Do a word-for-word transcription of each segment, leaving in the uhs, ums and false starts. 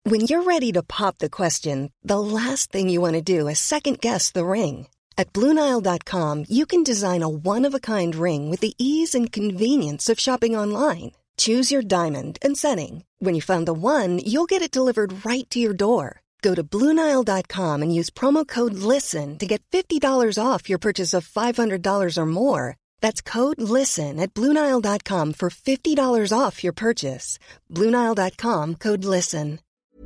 When you're ready to pop the question, the last thing you want to do is second-guess the ring. At Blue Nile dot com, you can design a one-of-a-kind ring with the ease and convenience of shopping online. Choose your diamond and setting. When you find the one, you'll get it delivered right to your door. Go to Blue Nile dot com and use promo code LISTEN to get fifty dollars off your purchase of five hundred dollars or more. That's code LISTEN at Blue Nile dot com for fifty dollars off your purchase. Blue Nile dot com, code LISTEN.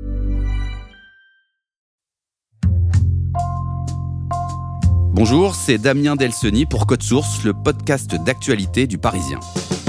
Bonjour, c'est Damien Delceni pour Code Source, le podcast d'actualité du Parisien.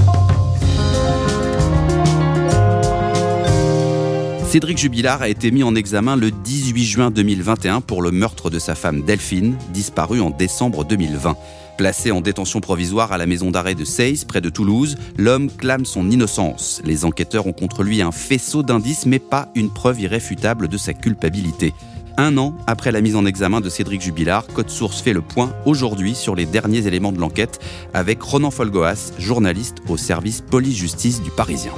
Cédric Jubilard a été mis en examen le dix-huit juin deux mille vingt et un pour le meurtre de sa femme Delphine, disparue en décembre deux mille vingt. Placé en détention provisoire à la maison d'arrêt de Seyss, près de Toulouse, l'homme clame son innocence. Les enquêteurs ont contre lui un faisceau d'indices, mais pas une preuve irréfutable de sa culpabilité. Un an après la mise en examen de Cédric Jubilard, Code Source fait le point aujourd'hui sur les derniers éléments de l'enquête avec Ronan Folgoas, journaliste au service police-justice du Parisien.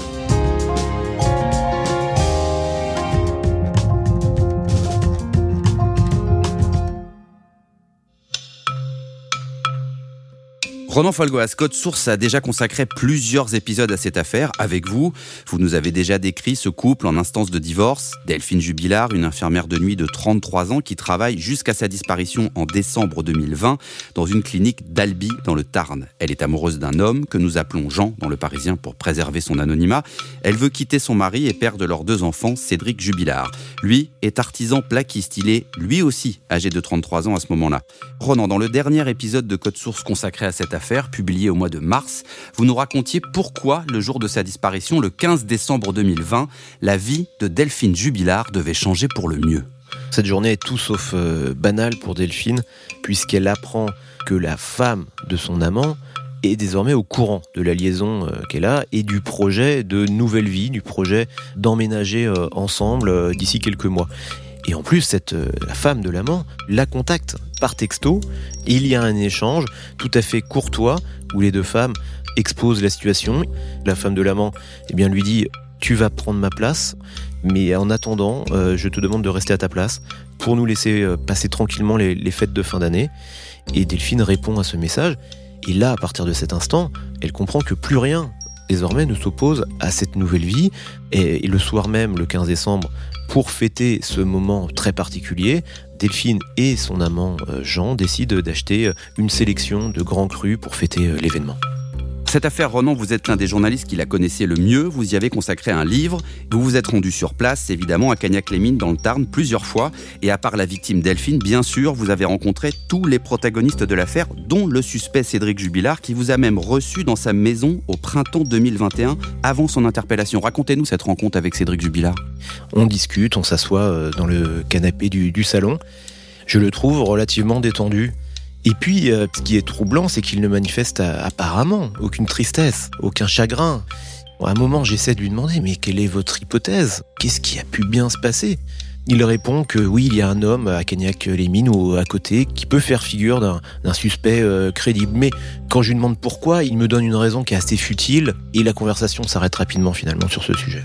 Ronan Folgoas, Code Source a déjà consacré plusieurs épisodes à cette affaire avec vous. Vous nous avez déjà décrit ce couple en instance de divorce. Delphine Jubilard, une infirmière de nuit de trente-trois ans qui travaille jusqu'à sa disparition en décembre deux mille vingt dans une clinique d'Albi dans le Tarn. Elle est amoureuse d'un homme que nous appelons Jean dans le Parisien pour préserver son anonymat. Elle veut quitter son mari et père de leurs deux enfants, Cédric Jubilard. Lui est artisan plaquiste. Il est lui aussi âgé de trente-trois ans à ce moment-là. Ronan, dans le dernier épisode de Code Source consacré à cette affaire, Affaire, publié au mois de mars, vous nous racontiez pourquoi, le jour de sa disparition, le quinze décembre deux mille vingt, la vie de Delphine Jubilard devait changer pour le mieux. Cette journée est tout sauf euh, banale pour Delphine, puisqu'elle apprend que la femme de son amant est désormais au courant de la liaison euh, qu'elle a et du projet de nouvelle vie, du projet d'emménager euh, ensemble euh, d'ici quelques mois. Et en plus, cette, euh, la femme de l'amant la contacte par texto et il y a un échange tout à fait courtois où les deux femmes exposent la situation. La femme de l'amant eh bien, lui dit « Tu vas prendre ma place, mais en attendant, euh, je te demande de rester à ta place pour nous laisser euh, passer tranquillement les, les fêtes de fin d'année. » Et Delphine répond à ce message. Et là, à partir de cet instant, elle comprend que plus rien désormais ne s'oppose à cette nouvelle vie. Et, et le soir même, le quinze décembre, pour fêter ce moment très particulier, Delphine et son amant Jean décident d'acheter une sélection de grands crus pour fêter l'événement. Cette affaire, Ronan, vous êtes l'un des journalistes qui la connaissait le mieux. Vous y avez consacré un livre. Vous vous êtes rendu sur place, évidemment, à Cagnac-les-Mines, dans le Tarn, plusieurs fois. Et à part la victime Delphine, bien sûr, vous avez rencontré tous les protagonistes de l'affaire, dont le suspect Cédric Jubilard, qui vous a même reçu dans sa maison au printemps deux mille vingt et un, avant son interpellation. Racontez-nous cette rencontre avec Cédric Jubilard. On discute, on s'assoit dans le canapé du, du salon. Je le trouve relativement détendu. Et puis, euh, ce qui est troublant, c'est qu'il ne manifeste euh, apparemment aucune tristesse, aucun chagrin. Bon, à un moment, j'essaie de lui demander, mais quelle est votre hypothèse ? Qu'est-ce qui a pu bien se passer ? Il répond que oui, il y a un homme à Cagnac-les-Mines ou à côté qui peut faire figure d'un, d'un suspect euh, crédible. Mais quand je lui demande pourquoi, il me donne une raison qui est assez futile et la conversation s'arrête rapidement finalement sur ce sujet.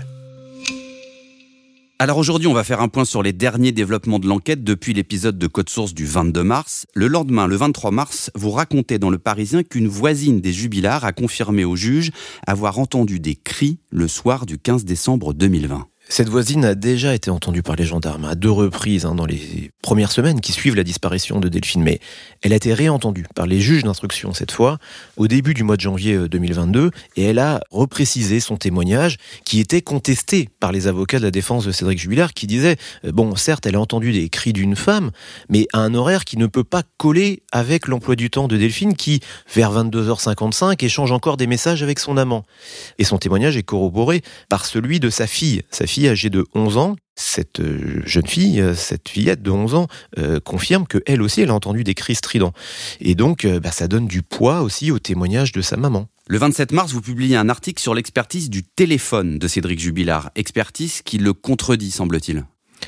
Alors aujourd'hui, on va faire un point sur les derniers développements de l'enquête depuis l'épisode de Code Source du vingt-deux mars. Le lendemain, le vingt-trois mars, vous racontez dans Le Parisien qu'une voisine des Jubilard a confirmé au juge avoir entendu des cris le soir du quinze décembre deux mille vingt. Cette voisine a déjà été entendue par les gendarmes à deux reprises hein, dans les premières semaines qui suivent la disparition de Delphine. Mais elle a été réentendue par les juges d'instruction cette fois, au début du mois de janvier deux mille vingt-deux, et elle a reprécisé son témoignage qui était contesté par les avocats de la défense de Cédric Jubilard qui disaient euh, « Bon, certes, elle a entendu des cris d'une femme, mais à un horaire qui ne peut pas coller avec l'emploi du temps de Delphine qui, vers vingt-deux heures cinquante-cinq, échange encore des messages avec son amant. » Et son témoignage est corroboré par celui de sa fille, sa fille âgée de onze ans. Cette jeune fille, cette fillette de onze ans, euh, confirme qu'elle aussi, elle a entendu des cris stridents. Et donc, euh, bah, ça donne du poids aussi au témoignage de sa maman. Le vingt-sept mars, vous publiez un article sur l'expertise du téléphone de Cédric Jubilard. Expertise qui le contredit, semble-t-il.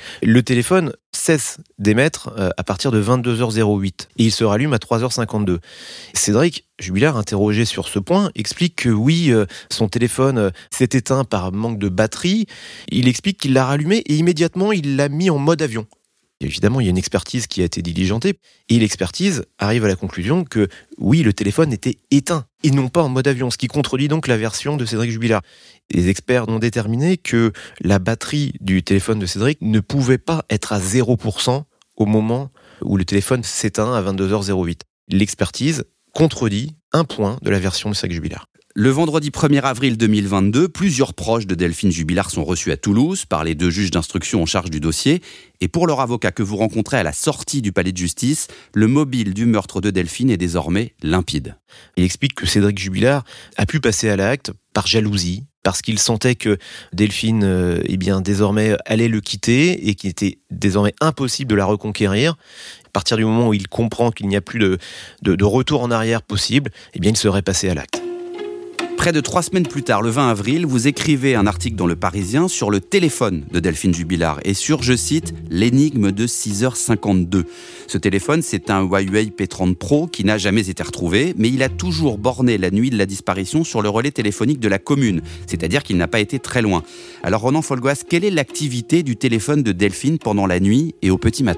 Le téléphone cesse d'émettre à partir de vingt-deux heures huit et il se rallume à trois heures cinquante-deux. Cédric Jubilard, interrogé sur ce point, explique que oui, son téléphone s'est éteint par manque de batterie. Il explique qu'il l'a rallumé et immédiatement il l'a mis en mode avion. Évidemment, il y a une expertise qui a été diligentée et l'expertise arrive à la conclusion que oui, le téléphone était éteint et non pas en mode avion, ce qui contredit donc la version de Cédric Jubilard. Les experts ont déterminé que la batterie du téléphone de Cédric ne pouvait pas être à zéro pour cent au moment où le téléphone s'éteint à vingt-deux heures huit. L'expertise contredit un point de la version de Cédric Jubilard. Le vendredi premier avril deux mille vingt-deux, plusieurs proches de Delphine Jubilard sont reçus à Toulouse par les deux juges d'instruction en charge du dossier. Et pour leur avocat que vous rencontrez à la sortie du palais de justice, le mobile du meurtre de Delphine est désormais limpide. Il explique que Cédric Jubilard a pu passer à l'acte par jalousie, parce qu'il sentait que Delphine euh, eh bien, désormais allait le quitter et qu'il était désormais impossible de la reconquérir. À partir du moment où il comprend qu'il n'y a plus de, de, de retour en arrière possible, eh bien, il serait passé à l'acte. Près de trois semaines plus tard, le vingt avril, vous écrivez un article dans Le Parisien sur le téléphone de Delphine Jubilard et sur, je cite, l'énigme de six heures cinquante-deux. Ce téléphone, c'est un Huawei P trente Pro qui n'a jamais été retrouvé, mais il a toujours borné la nuit de la disparition sur le relais téléphonique de la commune, c'est-à-dire qu'il n'a pas été très loin. Alors Ronan Folgoas, quelle est l'activité du téléphone de Delphine pendant la nuit et au petit matin ?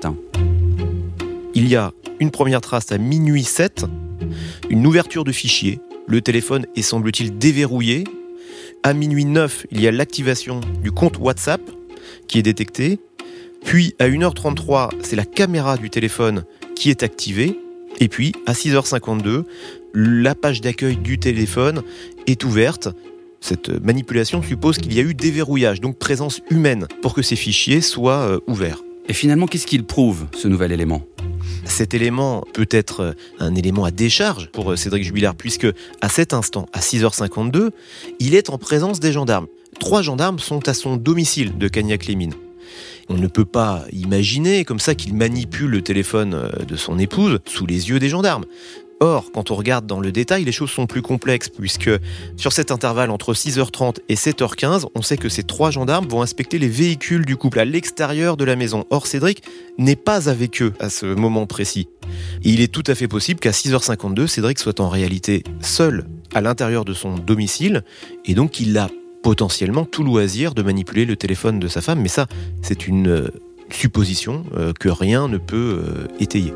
Il y a une première trace à minuit sept, une ouverture de fichier. Le téléphone est, semble-t-il, déverrouillé. À minuit neuf, il y a l'activation du compte WhatsApp qui est détecté. Puis, à une heure trente-trois, c'est la caméra du téléphone qui est activée. Et puis, à six heures cinquante-deux, la page d'accueil du téléphone est ouverte. Cette manipulation suppose qu'il y a eu déverrouillage, donc présence humaine, pour que ces fichiers soient euh, ouverts. Et finalement, qu'est-ce qu'il prouve, ce nouvel élément ? Cet élément peut être un élément à décharge pour Cédric Jubilard, puisque à cet instant, à six heures cinquante-deux, il est en présence des gendarmes. Trois gendarmes sont à son domicile de Cagnac-les-Mines. On ne peut pas imaginer comme ça qu'il manipule le téléphone de son épouse sous les yeux des gendarmes. Or, quand on regarde dans le détail, les choses sont plus complexes, puisque sur cet intervalle entre six heures trente et sept heures quinze, on sait que ces trois gendarmes vont inspecter les véhicules du couple à l'extérieur de la maison. Or, Cédric n'est pas avec eux à ce moment précis. Et il est tout à fait possible qu'à six heures cinquante-deux, Cédric soit en réalité seul à l'intérieur de son domicile, et donc il a potentiellement tout loisir de manipuler le téléphone de sa femme. Mais ça, c'est une euh, supposition euh, que rien ne peut euh, étayer.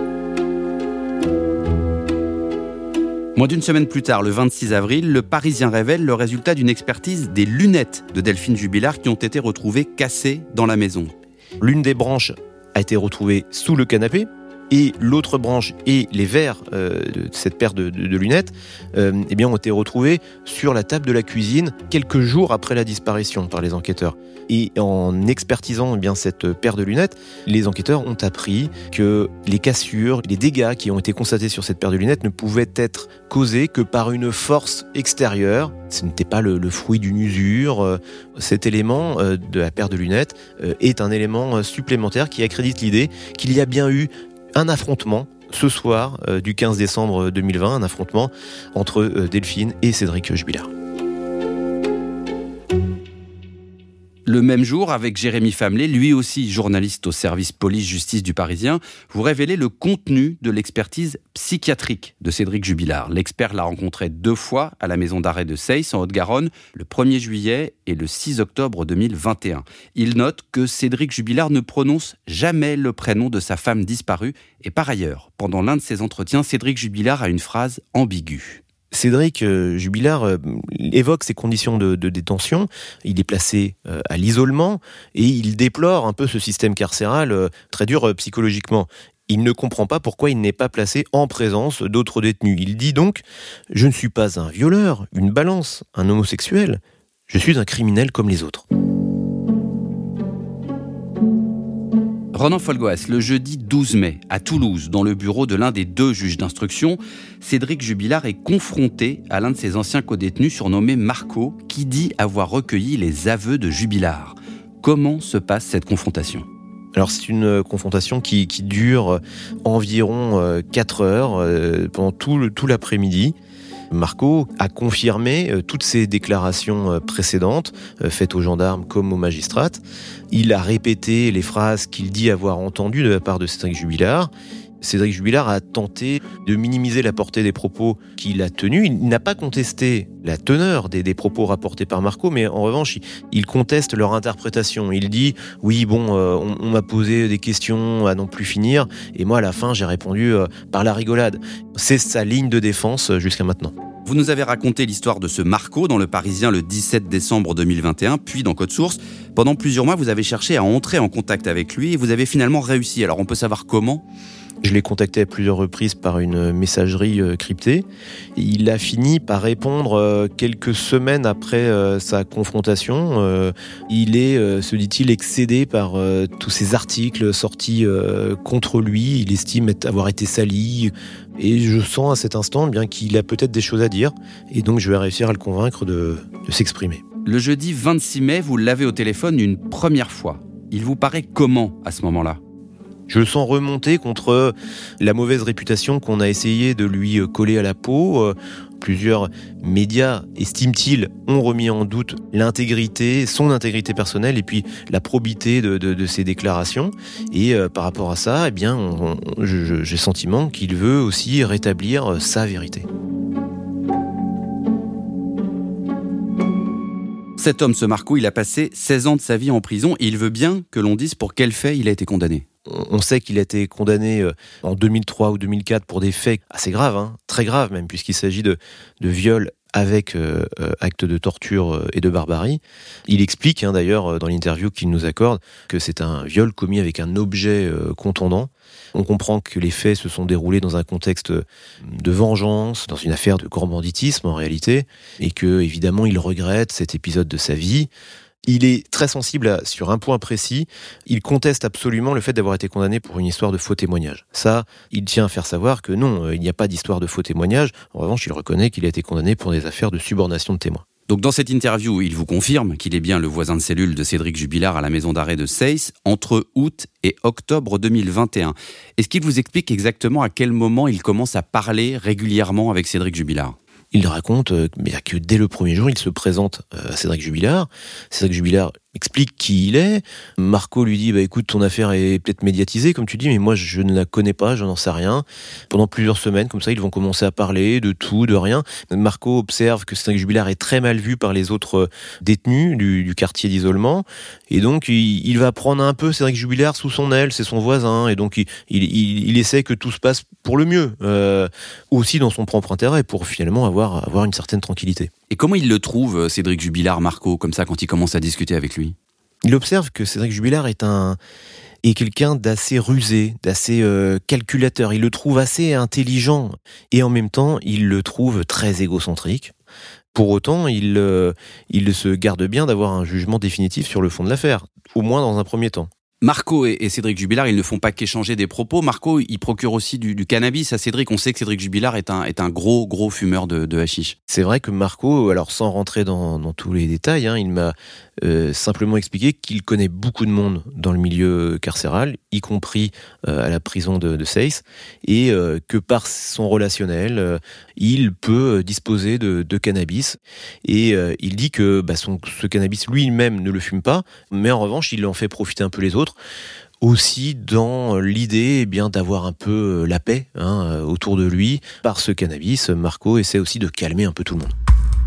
Moins d'une semaine plus tard, le vingt-six avril, le Parisien révèle le résultat d'une expertise des lunettes de Delphine Jubilard qui ont été retrouvées cassées dans la maison. L'une des branches a été retrouvée sous le canapé et l'autre branche et les verres euh, de cette paire de, de, de lunettes euh, eh bien, ont été retrouvés sur la table de la cuisine quelques jours après la disparition par les enquêteurs. Et en expertisant eh bien, cette paire de lunettes, les enquêteurs ont appris que les cassures, les dégâts qui ont été constatés sur cette paire de lunettes ne pouvaient être causés que par une force extérieure. Ce n'était pas le, le fruit d'une usure. Cet élément euh, de la paire de lunettes euh, est un élément supplémentaire qui accrédite l'idée qu'il y a bien eu un affrontement ce soir euh, du quinze décembre deux mille vingt, un affrontement entre euh, Delphine et Cédric Jubilard. Le même jour, avec Jérémy Famelet, lui aussi journaliste au service police-justice du Parisien, vous révélez le contenu de l'expertise psychiatrique de Cédric Jubilard. L'expert l'a rencontré deux fois à la maison d'arrêt de Seyss, en Haute-Garonne, le premier juillet et le six octobre deux mille vingt et un. Il note que Cédric Jubilard ne prononce jamais le prénom de sa femme disparue. Et par ailleurs, pendant l'un de ses entretiens, Cédric Jubilard a une phrase ambiguë. Cédric euh, Jubilard euh, évoque ses conditions de, de détention. Il est placé euh, à l'isolement et il déplore un peu ce système carcéral euh, très dur euh, psychologiquement. Il ne comprend pas pourquoi il n'est pas placé en présence d'autres détenus. Il dit donc « Je ne suis pas un violeur, une balance, un homosexuel. Je suis un criminel comme les autres. » Ronan Folgoas, le jeudi douze mai, à Toulouse, dans le bureau de l'un des deux juges d'instruction, Cédric Jubilard est confronté à l'un de ses anciens codétenus surnommé Marco, qui dit avoir recueilli les aveux de Jubilard. Comment se passe cette confrontation ? Alors c'est une confrontation qui, qui dure environ quatre heures, euh, pendant tout, le, tout l'après-midi. Marco a confirmé euh, toutes ses déclarations euh, précédentes, euh, faites aux gendarmes comme aux magistrates. Il a répété les phrases qu'il dit avoir entendues de la part de Cédric Jubilard. Cédric Jubilard a tenté de minimiser la portée des propos qu'il a tenus. Il n'a pas contesté la teneur des, des propos rapportés par Marco, mais en revanche, il, il conteste leur interprétation. Il dit « Oui, bon, euh, on, on m'a posé des questions à n'en plus finir, et moi, à la fin, j'ai répondu euh, par la rigolade. » C'est sa ligne de défense euh, jusqu'à maintenant. Vous nous avez raconté l'histoire de ce Marco dans Le Parisien le dix-sept décembre deux mille vingt et un, puis dans Code Source. Pendant plusieurs mois, vous avez cherché à entrer en contact avec lui et vous avez finalement réussi. Alors, on peut savoir comment ? Je l'ai contacté à plusieurs reprises par une messagerie cryptée. Il a fini par répondre quelques semaines après sa confrontation. Il est, se dit-il, excédé par tous ces articles sortis contre lui. Il estime avoir été sali. Et je sens à cet instant bien qu'il a peut-être des choses à dire. Et donc je vais réussir à le convaincre de, de s'exprimer. Le jeudi vingt-six mai, vous l'avez au téléphone une première fois. Il vous paraît comment à ce moment-là ? Je le sens remonter contre la mauvaise réputation qu'on a essayé de lui coller à la peau. Plusieurs médias, estiment-ils, ont remis en doute l'intégrité, son intégrité personnelle et puis la probité de, de, de ses déclarations. Et euh, par rapport à ça, eh bien, on, on, je, j'ai le sentiment qu'il veut aussi rétablir sa vérité. Cet homme, ce Marco, il a passé seize ans de sa vie en prison et il veut bien que l'on dise pour quel fait il a été condamné. On sait qu'il a été condamné en deux mille trois ou deux mille quatre pour des faits assez graves, hein, très graves même, puisqu'il s'agit de, de viol avec euh, acte de torture et de barbarie. Il explique hein, d'ailleurs dans l'interview qu'il nous accorde que c'est un viol commis avec un objet euh, contondant. On comprend que les faits se sont déroulés dans un contexte de vengeance, dans une affaire de gourmanditisme en réalité, et que évidemment il regrette cet épisode de sa vie. Il est très sensible à, sur un point précis, il conteste absolument le fait d'avoir été condamné pour une histoire de faux témoignage. Ça, il tient à faire savoir que non, il n'y a pas d'histoire de faux témoignage. En revanche, il reconnaît qu'il a été condamné pour des affaires de subornation de témoins. Donc dans cette interview, il vous confirme qu'il est bien le voisin de cellule de Cédric Jubilard à la maison d'arrêt de Seyss entre août et octobre deux mille vingt et un. Est-ce qu'il vous explique exactement à quel moment il commence à parler régulièrement avec Cédric Jubilard ? Il raconte que dès le premier jour, il se présente à Cédric Jubilard. Cédric Jubilard explique qui il est. Marco lui dit bah, « écoute, ton affaire est peut-être médiatisée, comme tu dis, mais moi, je ne la connais pas, je n'en sais rien. » Pendant plusieurs semaines, comme ça, ils vont commencer à parler de tout, de rien. Marco observe que Cédric Jubilard est très mal vu par les autres détenus du, du quartier d'isolement. Et donc, il, il va prendre un peu Cédric Jubilard sous son aile, c'est son voisin. Et donc, il, il, il, il essaie que tout se passe pour le mieux, euh, aussi dans son propre intérêt, pour finalement avoir, avoir une certaine tranquillité. Et comment il le trouve, Cédric Jubilard, Marco, comme ça, quand il commence à discuter avec lui ? Il observe que Cédric Jubilard est un est quelqu'un d'assez rusé, d'assez euh, calculateur. Il le trouve assez intelligent et en même temps, il le trouve très égocentrique. Pour autant, il, euh, il se garde bien d'avoir un jugement définitif sur le fond de l'affaire, au moins dans un premier temps. Marco et Cédric Jubilard, ils ne font pas qu'échanger des propos. Marco, il procure aussi du, du cannabis à Cédric. On sait que Cédric Jubilard est un, est un gros, gros fumeur de, de hashish. C'est vrai que Marco, alors sans rentrer dans, dans tous les détails, hein, il m'a euh, simplement expliqué qu'il connaît beaucoup de monde dans le milieu carcéral, y compris euh, à la prison de, de Seyss, et euh, que par son relationnel, euh, il peut disposer de, de cannabis. Et euh, il dit que bah, son, ce cannabis lui-même ne le fume pas, mais en revanche, il en fait profiter un peu les autres. Aussi dans l'idée eh bien, d'avoir un peu la paix hein, autour de lui. Par ce cannabis, Marco essaie aussi de calmer un peu tout le monde.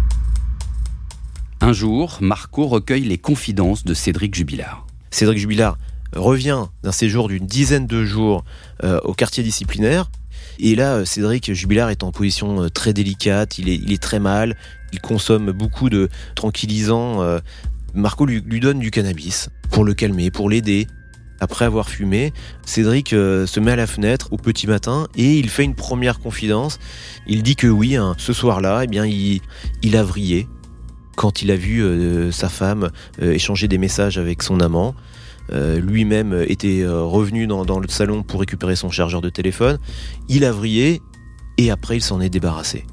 Un jour, Marco recueille les confidences de Cédric Jubilard. Cédric Jubilard revient d'un séjour d'une dizaine de jours euh, au quartier disciplinaire. Et là, Cédric Jubilard est en position très délicate, il est, il est très mal, il consomme beaucoup de tranquillisants. Euh, Marco lui, lui donne du cannabis pour le calmer, pour l'aider. Après avoir fumé, Cédric euh, se met à la fenêtre au petit matin et il fait une première confidence. Il dit que oui, hein, ce soir-là, eh bien, il, il a vrillé quand il a vu euh, sa femme euh, échanger des messages avec son amant. Euh, lui-même était euh, revenu dans, dans le salon pour récupérer son chargeur de téléphone. Il a vrillé et après il s'en est débarrassé.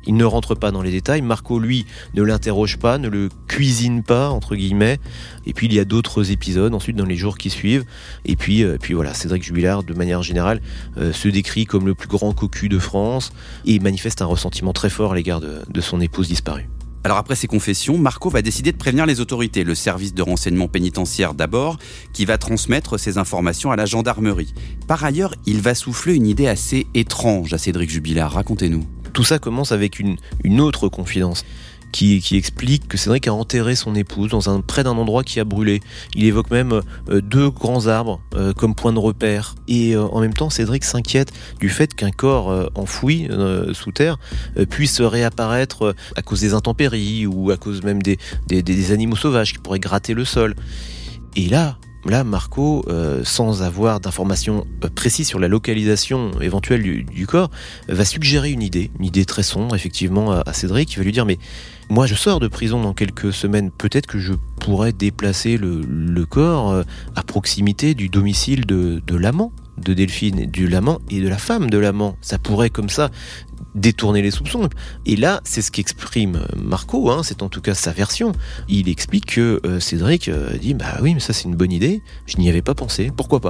Il ne rentre pas dans les détails. Marco, lui, ne l'interroge pas, ne le cuisine pas, entre guillemets. Et puis, il y a d'autres épisodes, ensuite, dans les jours qui suivent. Et puis, euh, puis voilà, Cédric Jubilard, de manière générale, euh, se décrit comme le plus grand cocu de France et manifeste un ressentiment très fort à l'égard de, de son épouse disparue. Alors après ces confessions, Marco va décider de prévenir les autorités, le service de renseignement pénitentiaire d'abord, qui va transmettre ces informations à la gendarmerie. Par ailleurs, il va souffler une idée assez étrange à Cédric Jubilard. Racontez-nous. Tout ça commence avec une, une autre confidence. Qui, qui explique que Cédric a enterré son épouse dans un, près d'un endroit qui a brûlé. Il évoque même euh, deux grands arbres euh, comme point de repère. Et euh, en même temps, Cédric s'inquiète du fait qu'un corps euh, enfoui euh, sous terre euh, puisse réapparaître euh, à cause des intempéries ou à cause même des, des, des animaux sauvages qui pourraient gratter le sol. Et là... Là, Marco, euh, sans avoir d'informations euh, précises sur la localisation éventuelle du, du corps, euh, va suggérer une idée, une idée très sombre, effectivement, à, à Cédric. Il va lui dire, mais moi, je sors de prison dans quelques semaines. Peut-être que je pourrais déplacer le, le corps euh, à proximité du domicile de, de l'amant de Delphine, du l'amant et de la femme de l'amant. Ça pourrait, comme ça, détourner les soupçons. Et là, c'est ce qu'exprime Marco, hein, c'est en tout cas sa version. Il explique que euh, Cédric euh, dit « Bah oui, mais ça c'est une bonne idée, je n'y avais pas pensé, pourquoi pas ?»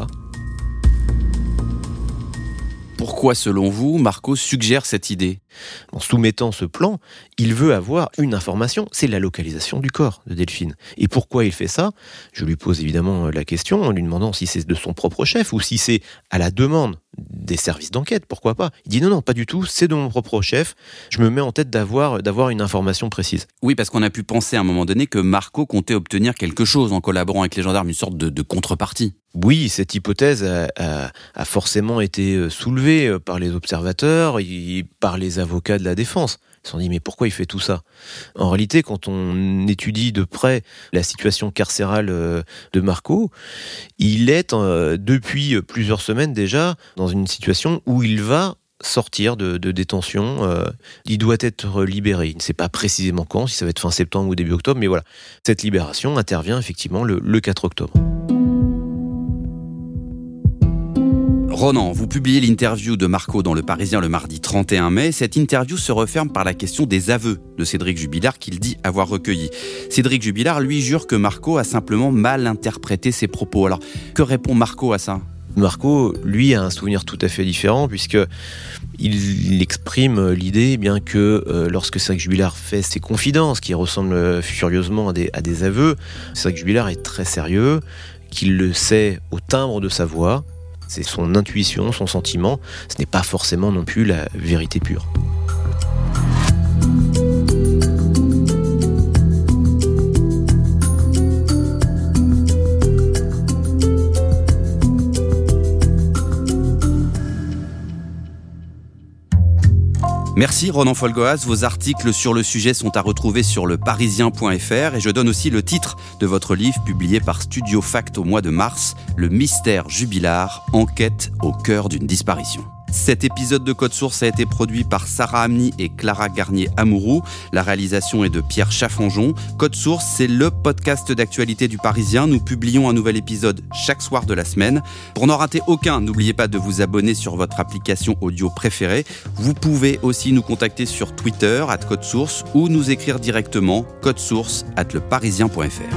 Pourquoi, selon vous, Marco suggère cette idée ? En soumettant ce plan, il veut avoir une information, c'est la localisation du corps de Delphine. Et pourquoi il fait ça ? Je lui pose évidemment la question en lui demandant si c'est de son propre chef ou si c'est à la demande des services d'enquête, pourquoi pas ? Il dit non, non, pas du tout, c'est de mon propre chef, je me mets en tête d'avoir, d'avoir une information précise. Oui, parce qu'on a pu penser à un moment donné que Marco comptait obtenir quelque chose en collaborant avec les gendarmes, une sorte de, de contrepartie. Oui, cette hypothèse a, a, a forcément été soulevée par les observateurs et par les avocats de la défense. Ils se sont dit, mais pourquoi il fait tout ça ? En réalité, quand on étudie de près la situation carcérale de Marco, il est, depuis plusieurs semaines déjà, dans une situation où il va sortir de, de détention. Euh, il doit être libéré. Il ne sait pas précisément quand, si ça va être fin septembre ou début octobre, mais voilà. Cette libération intervient effectivement le, le quatre octobre. Ronan, vous publiez l'interview de Marco dans Le Parisien le mardi trente et un mai. Cette interview se referme par la question des aveux de Cédric Jubilard qu'il dit avoir recueillis. Cédric Jubilard, lui, jure que Marco a simplement mal interprété ses propos. Alors, que répond Marco à ça ? Marco, lui, a un souvenir tout à fait différent puisque il exprime l'idée eh bien que euh, lorsque Cédric Jubilard fait ses confidences, qui ressemblent furieusement à des, à des aveux, Cédric Jubilard est très sérieux, qu'il le sait au timbre de sa voix. C'est son intuition, son sentiment. Ce n'est pas forcément non plus la vérité pure. Merci Ronan Folgoas, vos articles sur le sujet sont à retrouver sur le parisien point f r et je donne aussi le titre de votre livre publié par Studio Fact au mois de mars, Le mystère Jubilard, enquête au cœur d'une disparition. Cet épisode de Code Source a été produit par Sarah Amni et Clara Garnier-Amouroux. La réalisation est de Pierre Chaffanjon. Code Source, c'est le podcast d'actualité du Parisien. Nous publions un nouvel épisode chaque soir de la semaine. Pour n'en rater aucun, n'oubliez pas de vous abonner sur votre application audio préférée. Vous pouvez aussi nous contacter sur Twitter, at Code Source, ou nous écrire directement codesource at leparisien point f r.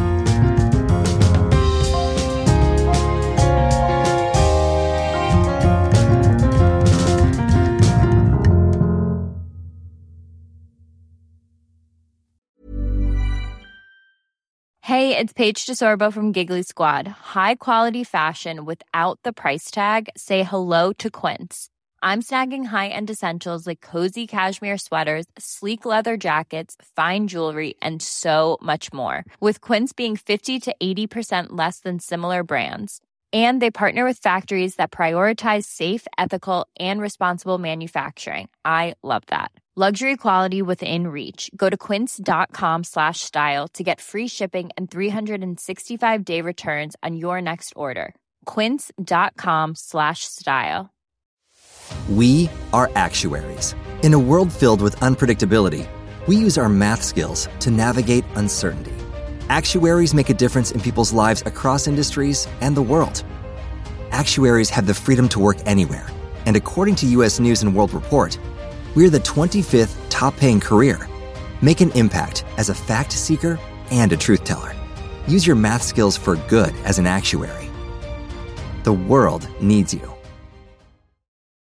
Hey, it's Paige DeSorbo from Giggly Squad. High quality fashion without the price tag. Say hello to Quince. I'm snagging high-end essentials like cozy cashmere sweaters, sleek leather jackets, fine jewelry, and so much more. With Quince being fifty to eighty percent less than similar brands. And they partner with factories that prioritize safe, ethical, and responsible manufacturing. I love that. Luxury quality within reach. Go to quince.com slash style to get free shipping and three sixty-five day returns on your next order. Quince.com slash style. We are actuaries. In a world filled with unpredictability, we use our math skills to navigate uncertainty. Actuaries make a difference in people's lives across industries and the world. Actuaries have the freedom to work anywhere. And according to U S News and World Report, we're the twenty-fifth top-paying career. Make an impact as a fact seeker and a truth teller. Use your math skills for good as an actuary. The world needs you.